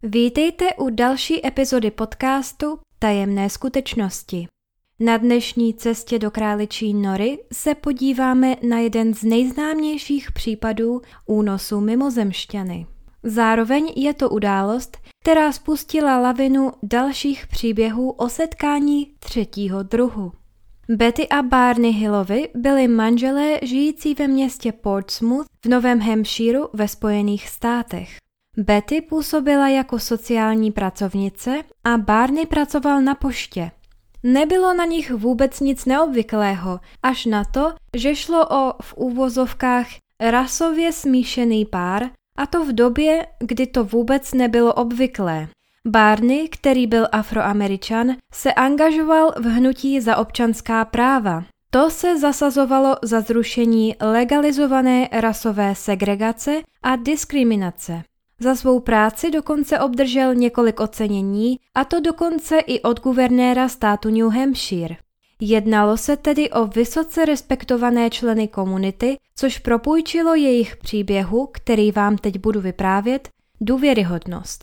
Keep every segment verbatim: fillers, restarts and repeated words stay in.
Vítejte u další epizody podcastu Tajemné skutečnosti. Na dnešní cestě do Králičí nory se podíváme na jeden z nejznámějších případů únosu mimozemšťany. Zároveň je to událost, která spustila lavinu dalších příběhů o setkání třetího druhu. Betty a Barney Hillovi byli manželé žijící ve městě Portsmouth v Novém Hampshireu ve Spojených státech. Betty působila jako sociální pracovnice a Barney pracoval na poště. Nebylo na nich vůbec nic neobvyklého, až na to, že šlo o v úvozovkách rasově smíšený pár, a to v době, kdy to vůbec nebylo obvyklé. Barney, který byl Afroameričan, se angažoval v hnutí za občanská práva. To se zasazovalo za zrušení legalizované rasové segregace a diskriminace. Za svou práci dokonce obdržel několik ocenění, a to dokonce i od guvernéra státu New Hampshire. Jednalo se tedy o vysoce respektované členy komunity, což propůjčilo jejich příběhu, který vám teď budu vyprávět, důvěryhodnost.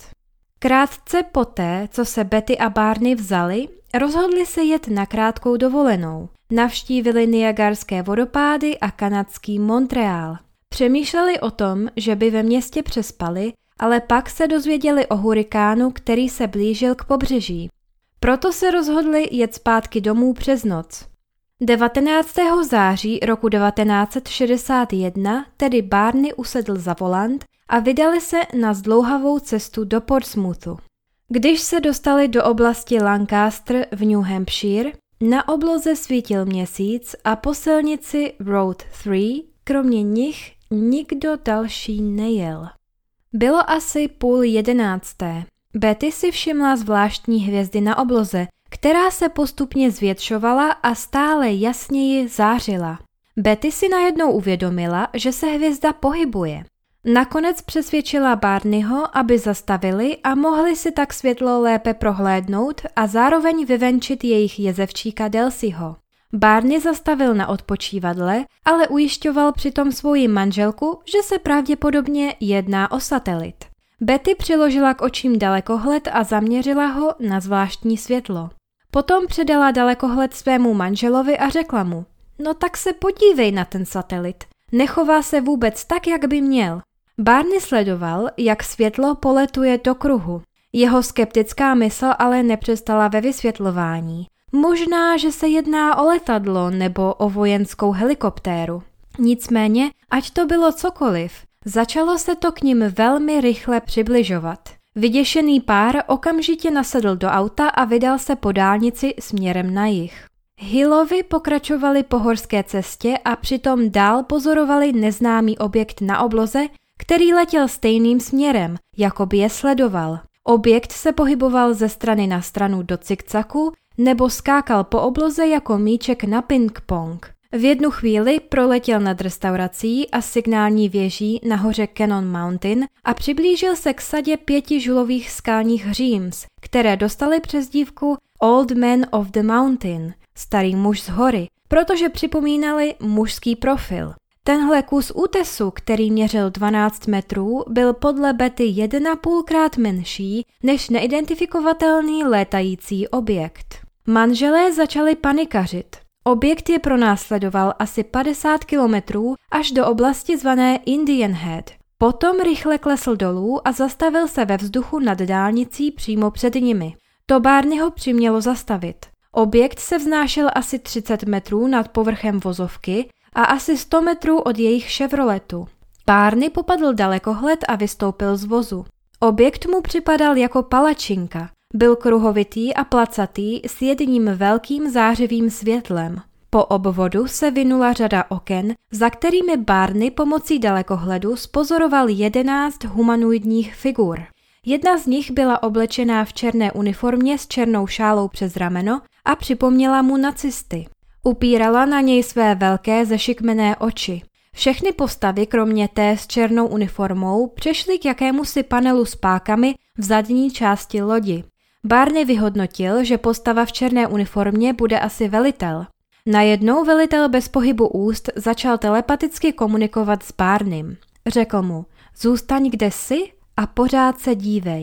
Krátce poté, co se Betty a Barney vzali, rozhodli se jet na krátkou dovolenou. Navštívili Niagarské vodopády a kanadský Montreal. Přemýšleli o tom, že by ve městě přespali, ale pak se dozvěděli o hurikánu, který se blížil k pobřeží. Proto se rozhodli jet zpátky domů přes noc. devatenáctého září roku devatenáct set šedesát jedna tedy Barney usedl za volant a vydali se na zdlouhavou cestu do Portsmouthu. Když se dostali do oblasti Lancaster v New Hampshire, na obloze svítil měsíc a po silnici Road tři kromě nich nikdo další nejel. Bylo asi půl jedenácté. Betty si všimla zvláštní hvězdy na obloze, která se postupně zvětšovala a stále jasněji zářila. Betty si najednou uvědomila, že se hvězda pohybuje. Nakonec přesvědčila Barneyho, aby zastavili a mohli si tak světlo lépe prohlédnout a zároveň vyvenčit jejich jezevčíka Delcyho. Barney zastavil na odpočívadle, ale ujišťoval přitom svoji manželku, že se pravděpodobně jedná o satelit. Betty přiložila k očím dalekohled a zaměřila ho na zvláštní světlo. Potom předala dalekohled svému manželovi a řekla mu: no tak se podívej na ten satelit. Nechová se vůbec tak, jak by měl. Barney sledoval, jak světlo poletuje do kruhu. Jeho skeptická mysl ale nepřestala ve vysvětlování. Možná, že se jedná o letadlo nebo o vojenskou helikoptéru. Nicméně, ať to bylo cokoliv, začalo se to k nim velmi rychle přibližovat. Vyděšený pár okamžitě nasedl do auta a vydal se po dálnici směrem na jih. Hillovi pokračovali po horské cestě a přitom dál pozorovali neznámý objekt na obloze, který letěl stejným směrem, jako by je sledoval. Objekt se pohyboval ze strany na stranu do cikcaku nebo skákal po obloze jako míček na ping-pong. V jednu chvíli proletěl nad restaurací a signální věží na hoře Cannon Mountain a přiblížil se k sadě pěti žulových skalních říms, které dostaly přezdívku Old Man of the Mountain, starý muž z hory, protože připomínali mužský profil. Tenhle kus útesu, který měřil dvanáct metrů, byl podle Betty jedna a půl krát menší než neidentifikovatelný létající objekt. Manželé začali panikařit. Objekt je pronásledoval asi padesát kilometrů až do oblasti zvané Indian Head. Potom rychle klesl dolů a zastavil se ve vzduchu nad dálnicí přímo před nimi. To Barneyho přimělo zastavit. Objekt se vznášel asi třicet metrů nad povrchem vozovky a asi sto metrů od jejich Chevroletu. Barney popadl dalekohled a vystoupil z vozu. Objekt mu připadal jako palačinka. Byl kruhovitý a placatý s jedním velkým zářivým světlem. Po obvodu se vynula řada oken, za kterými Barney pomocí dalekohledu spozoroval jedenáct humanoidních figur. Jedna z nich byla oblečená v černé uniformě s černou šálou přes rameno a připomněla mu nacisty. Upírala na něj své velké zešikmené oči. Všechny postavy, kromě té s černou uniformou, přešly k jakémusi panelu s pákami v zadní části lodi. Barney vyhodnotil, že postava v černé uniformě bude asi velitel. Najednou velitel bez pohybu úst začal telepaticky komunikovat s Barneym. Řekl mu: zůstaň kde jsi a pořád se dívej.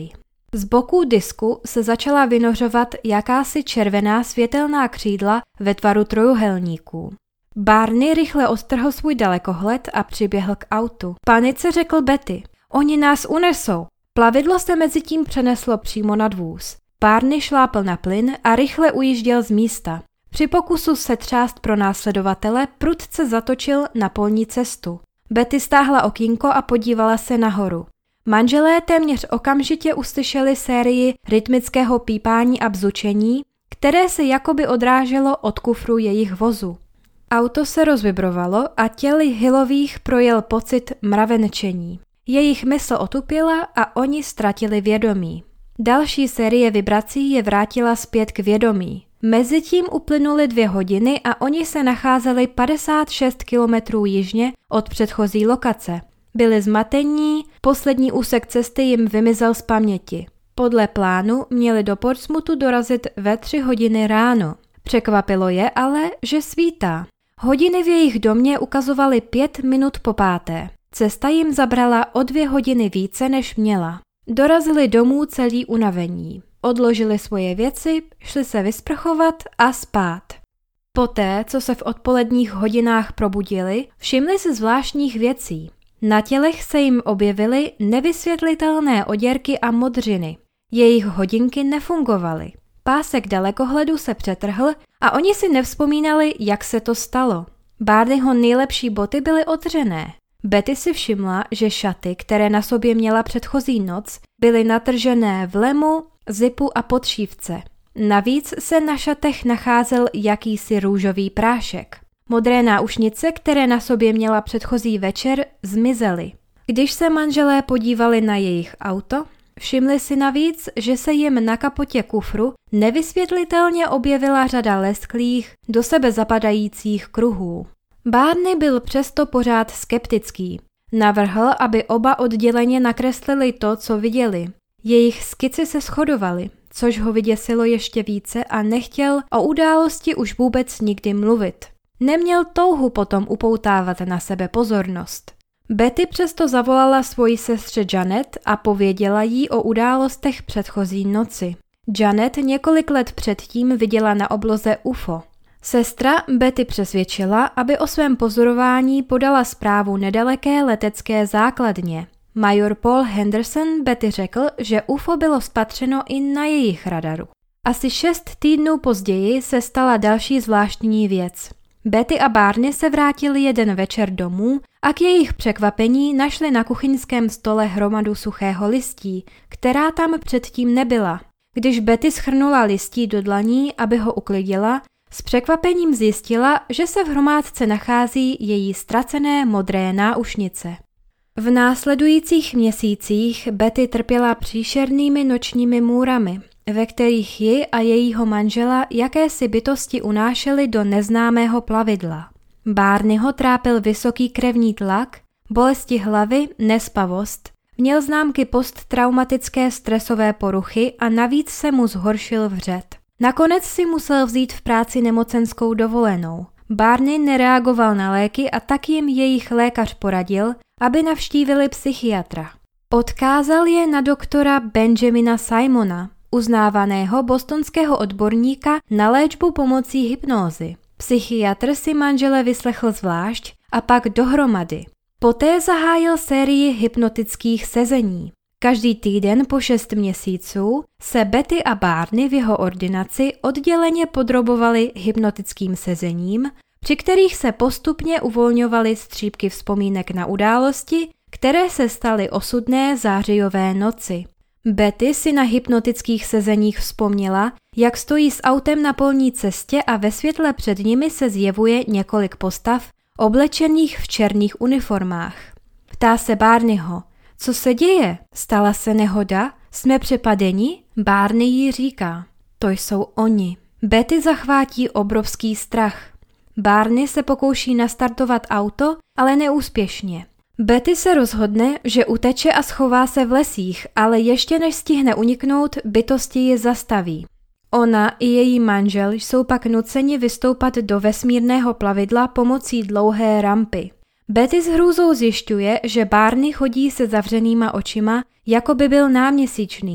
Z boků disku se začala vynořovat jakási červená světelná křídla ve tvaru trojuhelníků. Barney rychle odtrhl svůj dalekohled a přiběhl k autu. V panice řekl Betty: Oni nás unesou. Plavidlo se mezitím přeneslo přímo nad vůz. Barney šlápl na plyn a rychle ujížděl z místa. Při pokusu setřást pronásledovatele prudce zatočil na polní cestu. Betty stáhla okýnko a podívala se nahoru. Manželé téměř okamžitě uslyšeli sérii rytmického pípání a bzučení, které se jakoby odráželo od kufru jejich vozu. Auto se rozvibrovalo a těli Hillových projel pocit mravenčení. Jejich mysl otupila a oni ztratili vědomí. Další série vibrací je vrátila zpět k vědomí. Mezitím uplynuly dvě hodiny a oni se nacházeli padesát šest kilometrů jižně od předchozí lokace. Byli zmatení, poslední úsek cesty jim vymizel z paměti. Podle plánu měli do Portsmouthu dorazit ve tři hodiny ráno. Překvapilo je ale, že svítá. Hodiny v jejich domě ukazovaly pět minut po páté. Cesta jim zabrala o dvě hodiny více, než měla. Dorazili domů celý unavení. Odložili svoje věci, šli se vysprchovat a spát. Poté, co se v odpoledních hodinách probudili, všimli si zvláštních věcí. Na tělech se jim objevily nevysvětlitelné oděrky a modřiny. Jejich hodinky nefungovaly. Pásek dalekohledu se přetrhl a oni si nevzpomínali, jak se to stalo. Barneyho nejlepší boty byly odřené. Betty si všimla, že šaty, které na sobě měla předchozí noc, byly natržené v lemu, zipu a podšívce. Navíc se na šatech nacházel jakýsi růžový prášek. Modré náušnice, které na sobě měla předchozí večer, zmizely. Když se manželé podívali na jejich auto, všimli si navíc, že se jim na kapotě kufru nevysvětlitelně objevila řada lesklých, do sebe zapadajících kruhů. Barney byl přesto pořád skeptický. Navrhl, aby oba odděleně nakreslili to, co viděli. Jejich skici se shodovaly, což ho vyděsilo ještě více a nechtěl o události už vůbec nikdy mluvit. Neměl touhu potom upoutávat na sebe pozornost. Betty přesto zavolala svoji sestře Janet a pověděla jí o událostech předchozí noci. Janet několik let předtím viděla na obloze U F O. Sestra Betty přesvědčila, aby o svém pozorování podala zprávu nedaleké letecké základně. Major Paul Henderson Betty řekl, že U F O bylo spatřeno i na jejich radaru. Asi šest týdnů později se stala další zvláštní věc. Betty a Barney se vrátili jeden večer domů a k jejich překvapení našli na kuchyňském stole hromadu suchého listí, která tam předtím nebyla. Když Betty schrnula listí do dlaní, aby ho uklidila, s překvapením zjistila, že se v hromádce nachází její ztracené modré náušnice. V následujících měsících Betty trpěla příšernými nočními můrami, ve kterých ji a jejího manžela jakési bytosti unášely do neznámého plavidla. Barneyho trápil vysoký krevní tlak, bolesti hlavy, nespavost, měl známky posttraumatické stresové poruchy a navíc se mu zhoršil vřed. Nakonec si musel vzít v práci nemocenskou dovolenou. Barney nereagoval na léky a tak jim jejich lékař poradil, aby navštívili psychiatra. Odkázal je na doktora Benjamina Simona, uznávaného bostonského odborníka na léčbu pomocí hypnózy. Psychiatr si manžele vyslechl zvlášť a pak dohromady. Poté zahájil sérii hypnotických sezení. Každý týden po šest měsíců se Betty a Barney v jeho ordinaci odděleně podrobovali hypnotickým sezením, při kterých se postupně uvolňovaly střípky vzpomínek na události, které se staly osudné zářijové noci. Betty si na hypnotických sezeních vzpomněla, jak stojí s autem na polní cestě a ve světle před nimi se zjevuje několik postav, oblečených v černých uniformách. Ptá se Barneyho: co se děje? Stala se nehoda? Jsme přepadeni? Barney jí říká: to jsou oni. Betty zachvátí obrovský strach. Barney se pokouší nastartovat auto, ale neúspěšně. Betty se rozhodne, že uteče a schová se v lesích, ale ještě než stihne uniknout, bytosti ji zastaví. Ona i její manžel jsou pak nuceni vystoupat do vesmírného plavidla pomocí dlouhé rampy. Betty s hrůzou zjišťuje, že Barney chodí se zavřenýma očima, jako by byl náměsíčný.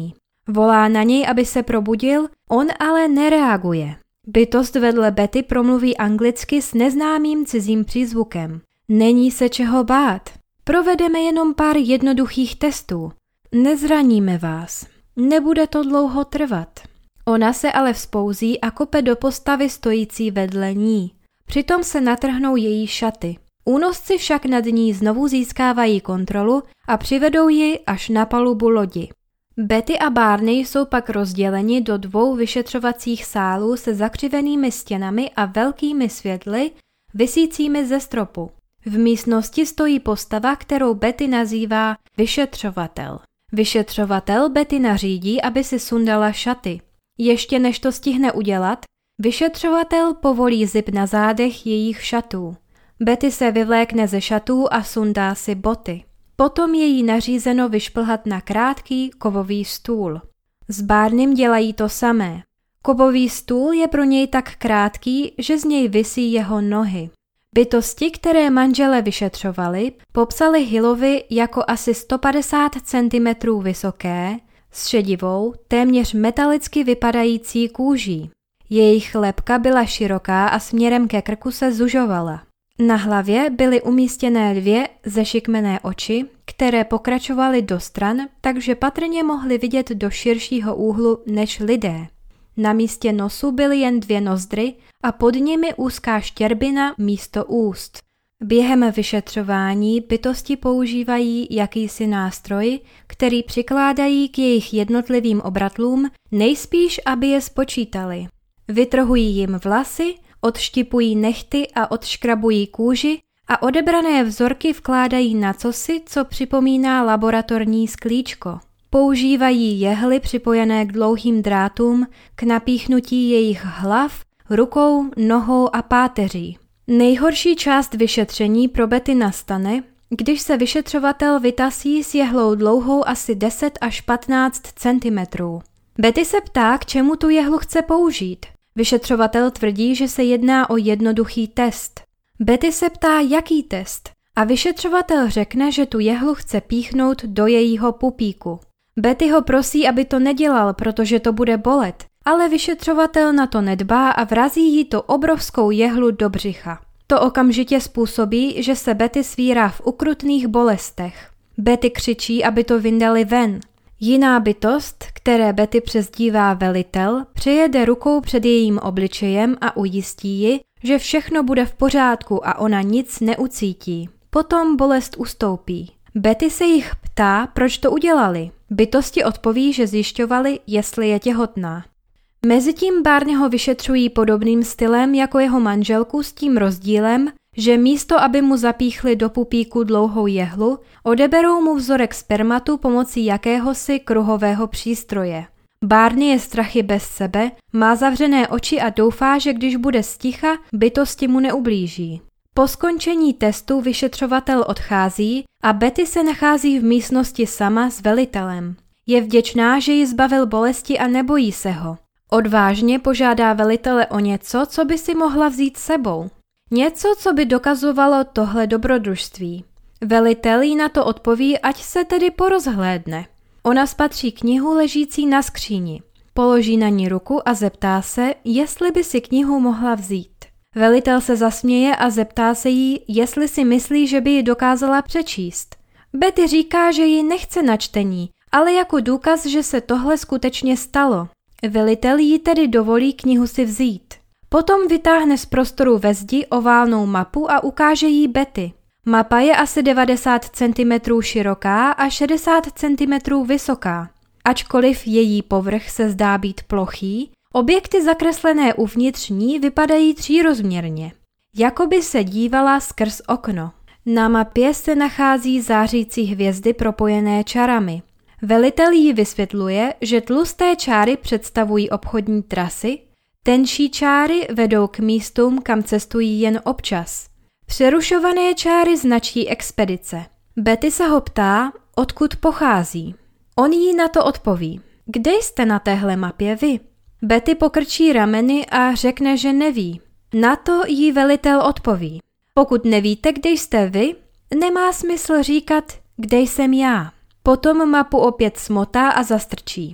Volá na něj, aby se probudil, on ale nereaguje. Bytost vedle Betty promluví anglicky s neznámým cizím přízvukem. Není se čeho bát. Provedeme jenom pár jednoduchých testů. Nezraníme vás. Nebude to dlouho trvat. Ona se ale vzpouzí a kope do postavy stojící vedle ní. Přitom se natrhnou její šaty. Únosci však nad ní znovu získávají kontrolu a přivedou ji až na palubu lodi. Betty a Barney jsou pak rozděleni do dvou vyšetřovacích sálů se zakřivenými stěnami a velkými světly, visícími ze stropu. V místnosti stojí postava, kterou Betty nazývá vyšetřovatel. Vyšetřovatel Betty nařídí, aby si sundala šaty. Ještě než to stihne udělat, vyšetřovatel povolí zip na zádech jejich šatů. Betty se vyvlékne ze šatů a sundá si boty. Potom je jí nařízeno vyšplhat na krátký kovový stůl. S Barneym dělají to samé. Kovový stůl je pro něj tak krátký, že z něj visí jeho nohy. Bytosti, které manžele vyšetřovali, popsali Hillovi jako asi sto padesát centimetrů vysoké, s šedivou, téměř metalicky vypadající kůží. Jejich lebka byla široká a směrem ke krku se zužovala. Na hlavě byly umístěné dvě zešikmené oči, které pokračovaly do stran, takže patrně mohly vidět do širšího úhlu než lidé. Na místě nosu byly jen dvě nozdry a pod nimi úzká štěrbina místo úst. Během vyšetřování bytosti používají jakýsi nástroj, který přikládají k jejich jednotlivým obratlům, nejspíš aby je spočítali. Vytrhují jim vlasy, odštipují nehty a odškrabují kůži a odebrané vzorky vkládají na cosi, co připomíná laboratorní sklíčko. Používají jehly připojené k dlouhým drátům k napíchnutí jejich hlav, rukou, nohou a páteří. Nejhorší část vyšetření pro Betty nastane, když se vyšetřovatel vytasí s jehlou dlouhou asi deset až patnáct centimetrů. Betty se ptá, k čemu tu jehlu chce použít. Vyšetřovatel tvrdí, že se jedná o jednoduchý test. Betty se ptá, jaký test, a vyšetřovatel řekne, že tu jehlu chce píchnout do jejího pupíku. Betty ho prosí, aby to nedělal, protože to bude bolet, ale vyšetřovatel na to nedbá a vrazí jí tu obrovskou jehlu do břicha. To okamžitě způsobí, že se Betty svírá v ukrutných bolestech. Betty křičí, aby to vyndali ven. Jiná bytost, které Betty přezdívá velitel, přejede rukou před jejím obličejem a ujistí ji, že všechno bude v pořádku a ona nic neucítí. Potom bolest ustoupí. Betty se jich ptá, proč to udělali. Bytosti odpoví, že zjišťovali, jestli je těhotná. Mezitím Barneyho vyšetřují podobným stylem jako jeho manželku s tím rozdílem, že místo, aby mu zapíchli do pupíku dlouhou jehlu, odeberou mu vzorek spermatu pomocí jakéhosi kruhového přístroje. Barney je strachy bez sebe, má zavřené oči a doufá, že když bude sticha, bytosti mu neublíží. Po skončení testu vyšetřovatel odchází a Betty se nachází v místnosti sama s velitelem. Je vděčná, že ji zbavil bolesti a nebojí se ho. Odvážně požádá velitele o něco, co by si mohla vzít sebou. Něco, co by dokazovalo tohle dobrodružství. Velitel jí na to odpoví, ať se tedy porozhlédne. Ona spatří knihu ležící na skříni. Položí na ní ruku a zeptá se, jestli by si knihu mohla vzít. Velitel se zasměje a zeptá se jí, jestli si myslí, že by ji dokázala přečíst. Betty říká, že ji nechce na čtení, ale jako důkaz, že se tohle skutečně stalo. Velitel jí tedy dovolí knihu si vzít. Potom vytáhne z prostoru ve zdi oválnou mapu a ukáže jí Betty. Mapa je asi devadesát centimetrů široká a šedesát centimetrů vysoká. Ačkoliv její povrch se zdá být plochý, objekty zakreslené uvnitř ní vypadají třírozměrně. Jakoby se dívala skrz okno. Na mapě se nachází zářící hvězdy propojené čarami. Velitel jí vysvětluje, že tlusté čáry představují obchodní trasy, tenčí čáry vedou k místům, kam cestují jen občas. Přerušované čáry značí expedice. Betty se ho ptá, odkud pochází. On jí na to odpoví. Kde jste na téhle mapě vy? Betty pokrčí rameny a řekne, že neví. Na to jí velitel odpoví. Pokud nevíte, kde jste vy, nemá smysl říkat, kde jsem já. Potom mapu opět smotá a zastrčí.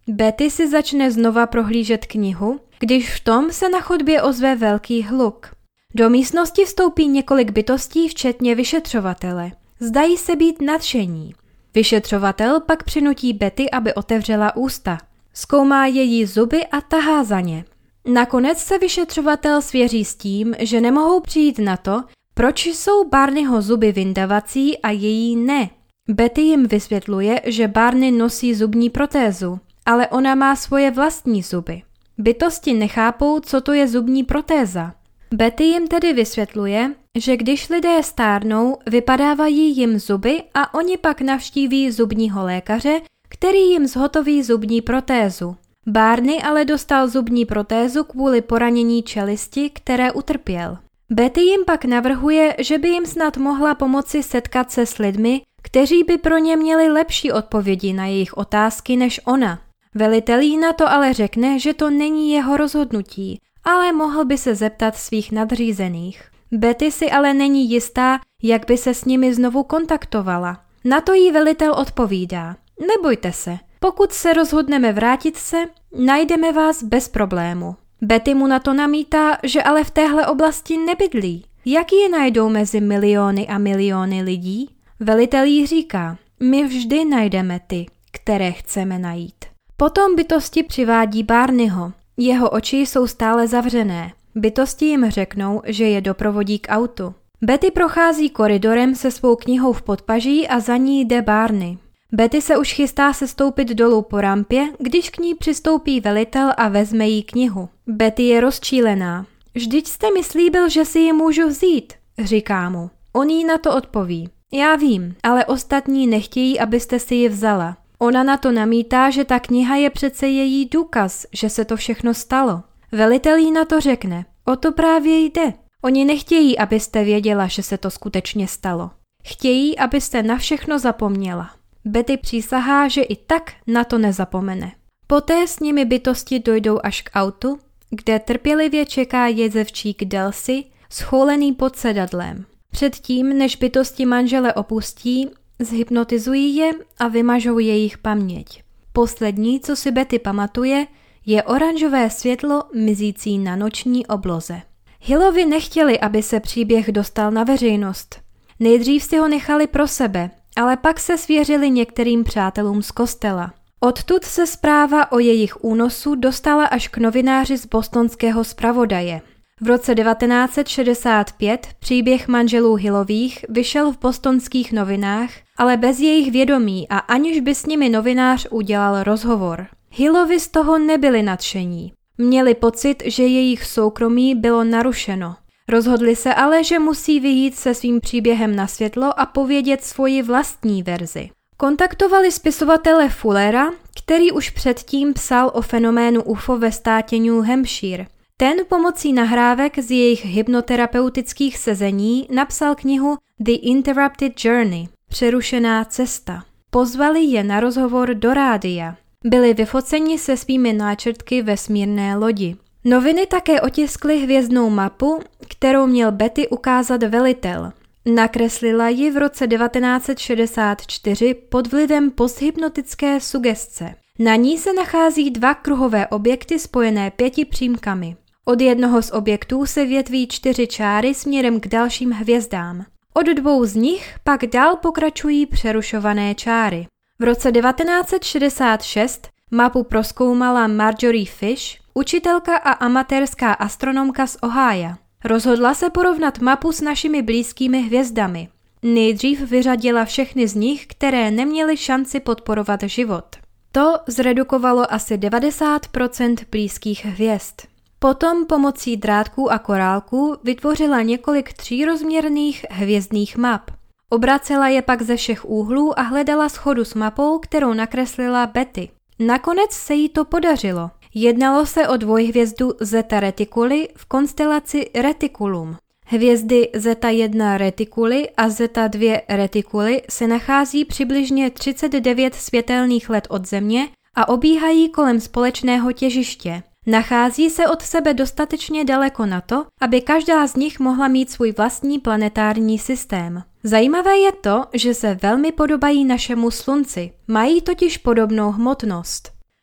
Betty si začne znova prohlížet knihu, když v tom se na chodbě ozve velký hluk. Do místnosti vstoupí několik bytostí, včetně vyšetřovatele. Zdají se být nadšení. Vyšetřovatel pak přinutí Betty, aby otevřela ústa. Zkoumá její zuby a tahá za ně. Nakonec se vyšetřovatel svěří s tím, že nemohou přijít na to, proč jsou Barneyho zuby vyndavací a její ne. Betty jim vysvětluje, že Barney nosí zubní protézu, ale ona má svoje vlastní zuby. Bytosti nechápou, co to je zubní protéza. Betty jim tedy vysvětluje, že když lidé stárnou, vypadávají jim zuby a oni pak navštíví zubního lékaře, který jim zhotoví zubní protézu. Barney ale dostal zubní protézu kvůli poranění čelisti, které utrpěl. Betty jim pak navrhuje, že by jim snad mohla pomoci setkat se s lidmi, kteří by pro ně měli lepší odpovědi na jejich otázky než ona. Velitel jí na to ale řekne, že to není jeho rozhodnutí, ale mohl by se zeptat svých nadřízených. Betty si ale není jistá, jak by se s nimi znovu kontaktovala. Na to jí velitel odpovídá: nebojte se, pokud se rozhodneme vrátit se, najdeme vás bez problému. Betty mu na to namítá, že ale v téhle oblasti nebydlí. Jak je najdou mezi miliony a miliony lidí? Velitel jí říká: my vždy najdeme ty, které chceme najít. Potom bytosti přivádí Barneyho. Jeho oči jsou stále zavřené. Bytosti jim řeknou, že je doprovodí k autu. Betty prochází koridorem se svou knihou v podpaží a za ní jde Barney. Betty se už chystá sestoupit dolů po rampě, když k ní přistoupí velitel a vezme jí knihu. Betty je rozčílená. Vždyť jste mi slíbil, že si ji můžu vzít, říká mu. On jí na to odpoví: já vím, ale ostatní nechtějí, abyste si ji vzala. Ona na to namítá, že ta kniha je přece její důkaz, že se to všechno stalo. Velitel jí na to řekne: o to právě jde. Oni nechtějí, abyste věděla, že se to skutečně stalo. Chtějí, abyste na všechno zapomněla. Betty přísahá, že i tak na to nezapomene. Poté s nimi bytosti dojdou až k autu, kde trpělivě čeká jezevčík Delcy, schoulený pod sedadlem. Předtím, než bytosti manžele opustí, zhypnotizují je a vymažou jejich paměť. Poslední, co si Betty pamatuje, je oranžové světlo mizící na noční obloze. Hillovi nechtěli, aby se příběh dostal na veřejnost. Nejdřív si ho nechali pro sebe, ale pak se svěřili některým přátelům z kostela. Odtud se zpráva o jejich únosu dostala až k novináři z bostonského zpravodaje. V roce devatenáct set šedesát pět příběh manželů Hillových vyšel v bostonských novinách, ale bez jejich vědomí a aniž by s nimi novinář udělal rozhovor. Hillovi z toho nebyli nadšení. Měli pocit, že jejich soukromí bylo narušeno. Rozhodli se ale, že musí vyjít se svým příběhem na světlo a povědět svoji vlastní verzi. Kontaktovali spisovatele Fullera, který už předtím psal o fenoménu U F O ve státě New Hampshire. Ten pomocí nahrávek z jejich hypnoterapeutických sezení napsal knihu The Interrupted Journey, přerušená cesta. Pozvali je na rozhovor do rádia. Byli vyfoceni se svými náčrtky vesmírné lodi. Noviny také otiskly hvězdnou mapu, kterou měl Betty ukázat velitel. Nakreslila ji v roce devatenáct set šedesát čtyři pod vlivem posthypnotické sugestce. Na ní se nachází dva kruhové objekty spojené pěti přímkami. Od jednoho z objektů se větví čtyři čáry směrem k dalším hvězdám. Od dvou z nich pak dál pokračují přerušované čáry. V roce devatenáct set šedesát šest mapu prozkoumala Marjorie Fish, učitelka a amatérská astronomka z Ohája. Rozhodla se porovnat mapu s našimi blízkými hvězdami. Nejdřív vyřadila všechny z nich, které neměly šanci podporovat život. To zredukovalo asi devadesát procent blízkých hvězd. Potom pomocí drátků a korálků vytvořila několik třírozměrných hvězdných map. Obracela je pak ze všech úhlů a hledala shodu s mapou, kterou nakreslila Betty. Nakonec se jí to podařilo. Jednalo se o dvojhvězdu Zeta Reticuli v konstelaci Reticulum. Hvězdy Zeta jedna Reticuli a Zeta dva Reticuli se nachází přibližně třicet devět světelných let od Země a obíhají kolem společného těžiště. Nachází se od sebe dostatečně daleko na to, aby každá z nich mohla mít svůj vlastní planetární systém. Zajímavé je to, že se velmi podobají našemu Slunci, mají totiž podobnou hmotnost.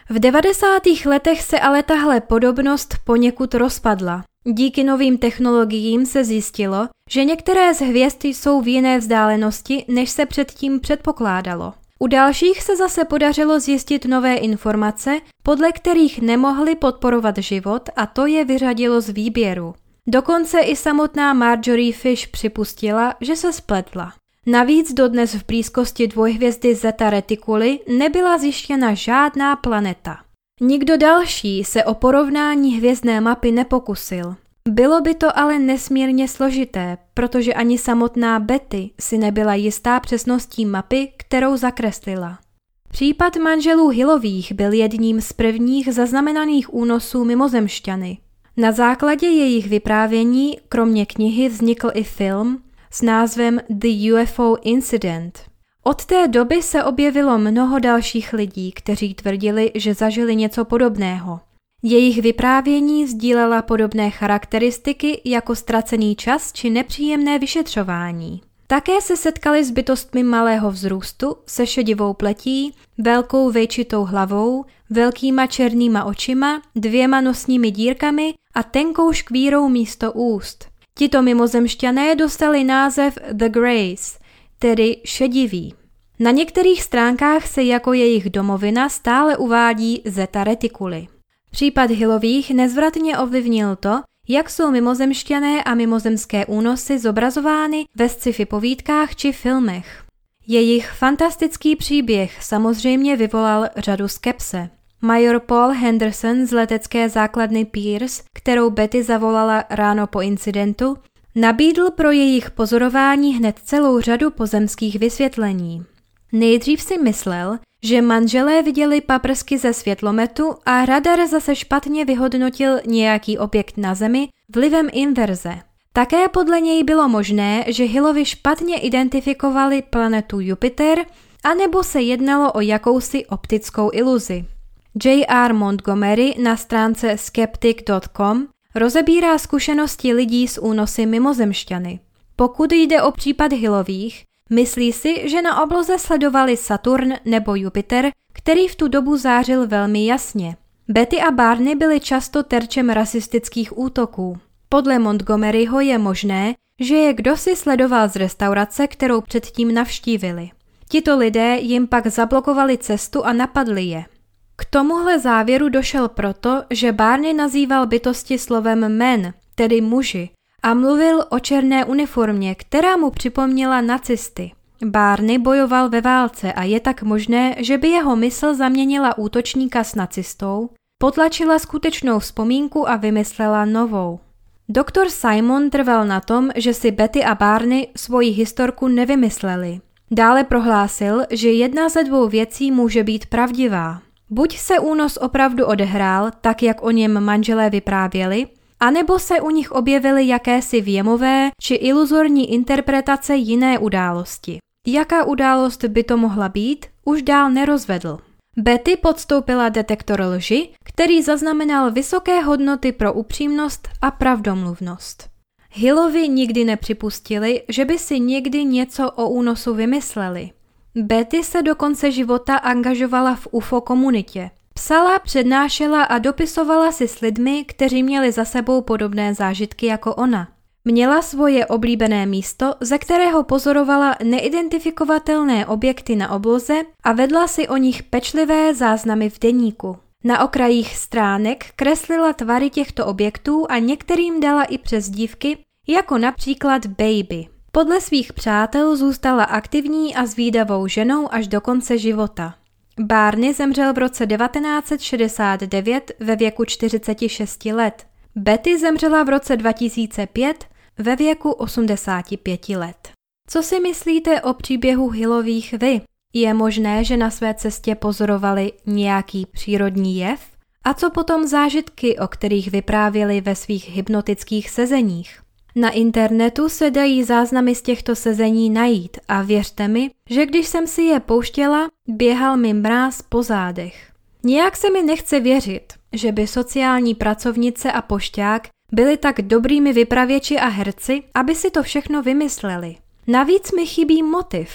V devadesátých letech se ale tahle podobnost poněkud rozpadla. Díky novým technologiím se zjistilo, že některé z hvězd jsou v jiné vzdálenosti, než se předtím předpokládalo. U dalších se zase podařilo zjistit nové informace, podle kterých nemohli podporovat život, a to je vyřadilo z výběru. Dokonce i samotná Marjorie Fish připustila, že se spletla. Navíc dodnes v blízkosti dvojhvězdy Zeta Reticuli nebyla zjištěna žádná planeta. Nikdo další se o porovnání hvězdné mapy nepokusil. Bylo by to ale nesmírně složité, protože ani samotná Betty si nebyla jistá přesností mapy, kterou zakreslila. Případ manželů Hillových byl jedním z prvních zaznamenaných únosů mimozemšťany. Na základě jejich vyprávění, kromě knihy, vznikl i film s názvem The U F O Incident. Od té doby se objevilo mnoho dalších lidí, kteří tvrdili, že zažili něco podobného. Jejich vyprávění sdílela podobné charakteristiky jako ztracený čas či nepříjemné vyšetřování. Také se setkali s bytostmi malého vzrůstu, se šedivou pletí, velkou vejčitou hlavou, velkýma černýma očima, dvěma nosními dírkami a tenkou škvírou místo úst. Tito mimozemšťané dostali název The Greys, tedy šediví. Na některých stránkách se jako jejich domovina stále uvádí Zeta Reticuli. Případ Hillových nezvratně ovlivnil to, jak jsou mimozemšťané a mimozemské únosy zobrazovány ve sci-fi povídkách či filmech. Jejich fantastický příběh samozřejmě vyvolal řadu skepse. Major Paul Henderson z letecké základny Pierce, kterou Betty zavolala ráno po incidentu, nabídl pro jejich pozorování hned celou řadu pozemských vysvětlení. Nejdřív si myslel, že manželé viděli paprsky ze světlometu a radar zase špatně vyhodnotil nějaký objekt na Zemi vlivem inverze. Také podle něj bylo možné, že Hillovi špatně identifikovali planetu Jupiter, anebo se jednalo o jakousi optickou iluzi. J R Montgomery na stránce skeptic tečka com rozebírá zkušenosti lidí s únosy mimozemšťany. Pokud jde o případ Hillových, myslí si, že na obloze sledovali Saturn nebo Jupiter, který v tu dobu zářil velmi jasně. Betty a Barney byly často terčem rasistických útoků. Podle Montgomeryho je možné, že je kdosi sledoval z restaurace, kterou předtím navštívili. Tito lidé jim pak zablokovali cestu a napadli je. K tomuhle závěru došel proto, že Barney nazýval bytosti slovem men, tedy muži, a mluvil o černé uniformě, která mu připomněla nacisty. Barney bojoval ve válce a je tak možné, že by jeho mysl zaměnila útočníka s nacistou, potlačila skutečnou vzpomínku a vymyslela novou. Doktor Simon trval na tom, že si Betty a Barney svoji historku nevymysleli. Dále prohlásil, že jedna ze dvou věcí může být pravdivá. Buď se únos opravdu odehrál, tak jak o něm manželé vyprávěli, anebo se u nich objevily jakési věmové či iluzorní interpretace jiné události. Jaká událost by to mohla být, už dál nerozvedl. Betty podstoupila detektor lži, který zaznamenal vysoké hodnoty pro upřímnost a pravdomluvnost. Hillovi nikdy nepřipustili, že by si někdy něco o únosu vymysleli. Betty se do konce života angažovala v U F O komunitě. Psala, přednášela a dopisovala si s lidmi, kteří měli za sebou podobné zážitky jako ona. Měla svoje oblíbené místo, ze kterého pozorovala neidentifikovatelné objekty na obloze a vedla si o nich pečlivé záznamy v deníku. Na okrajích stránek kreslila tvary těchto objektů a některým dala i přezdívky, jako například Baby. Podle svých přátel zůstala aktivní a zvídavou ženou až do konce života. Barney zemřel v roce devatenáct set šedesát devět ve věku čtyřiceti šesti let. Betty zemřela v roce dva tisíce pět ve věku osmdesáti pěti let. Co si myslíte o příběhu Hillových vy? Je možné, že na své cestě pozorovali nějaký přírodní jev? A co potom zážitky, o kterých vyprávěli ve svých hypnotických sezeních? Na internetu se dají záznamy z těchto sezení najít a věřte mi, že když jsem si je pouštěla, běhal mi mráz po zádech. Nějak se mi nechce věřit, že by sociální pracovnice a pošťák byli tak dobrými vypravěči a herci, aby si to všechno vymysleli. Navíc mi chybí motiv.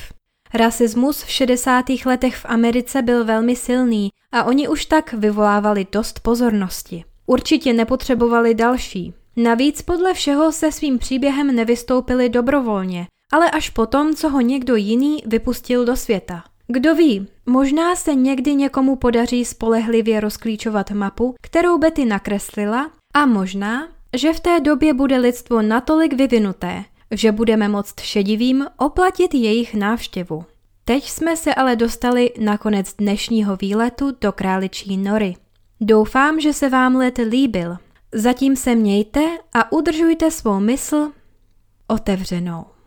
Rasismus v šedesátých letech v Americe byl velmi silný a oni už tak vyvolávali dost pozornosti. Určitě nepotřebovali další. Navíc podle všeho se svým příběhem nevystoupili dobrovolně, ale až potom, co ho někdo jiný vypustil do světa. Kdo ví, možná se někdy někomu podaří spolehlivě rozklíčovat mapu, kterou Betty nakreslila, a možná, že v té době bude lidstvo natolik vyvinuté, že budeme moct šedivým oplatit jejich návštěvu. Teď jsme se ale dostali na konec dnešního výletu do Králičí nory. Doufám, že se vám let líbil. Zatím se mějte a udržujte svou mysl otevřenou.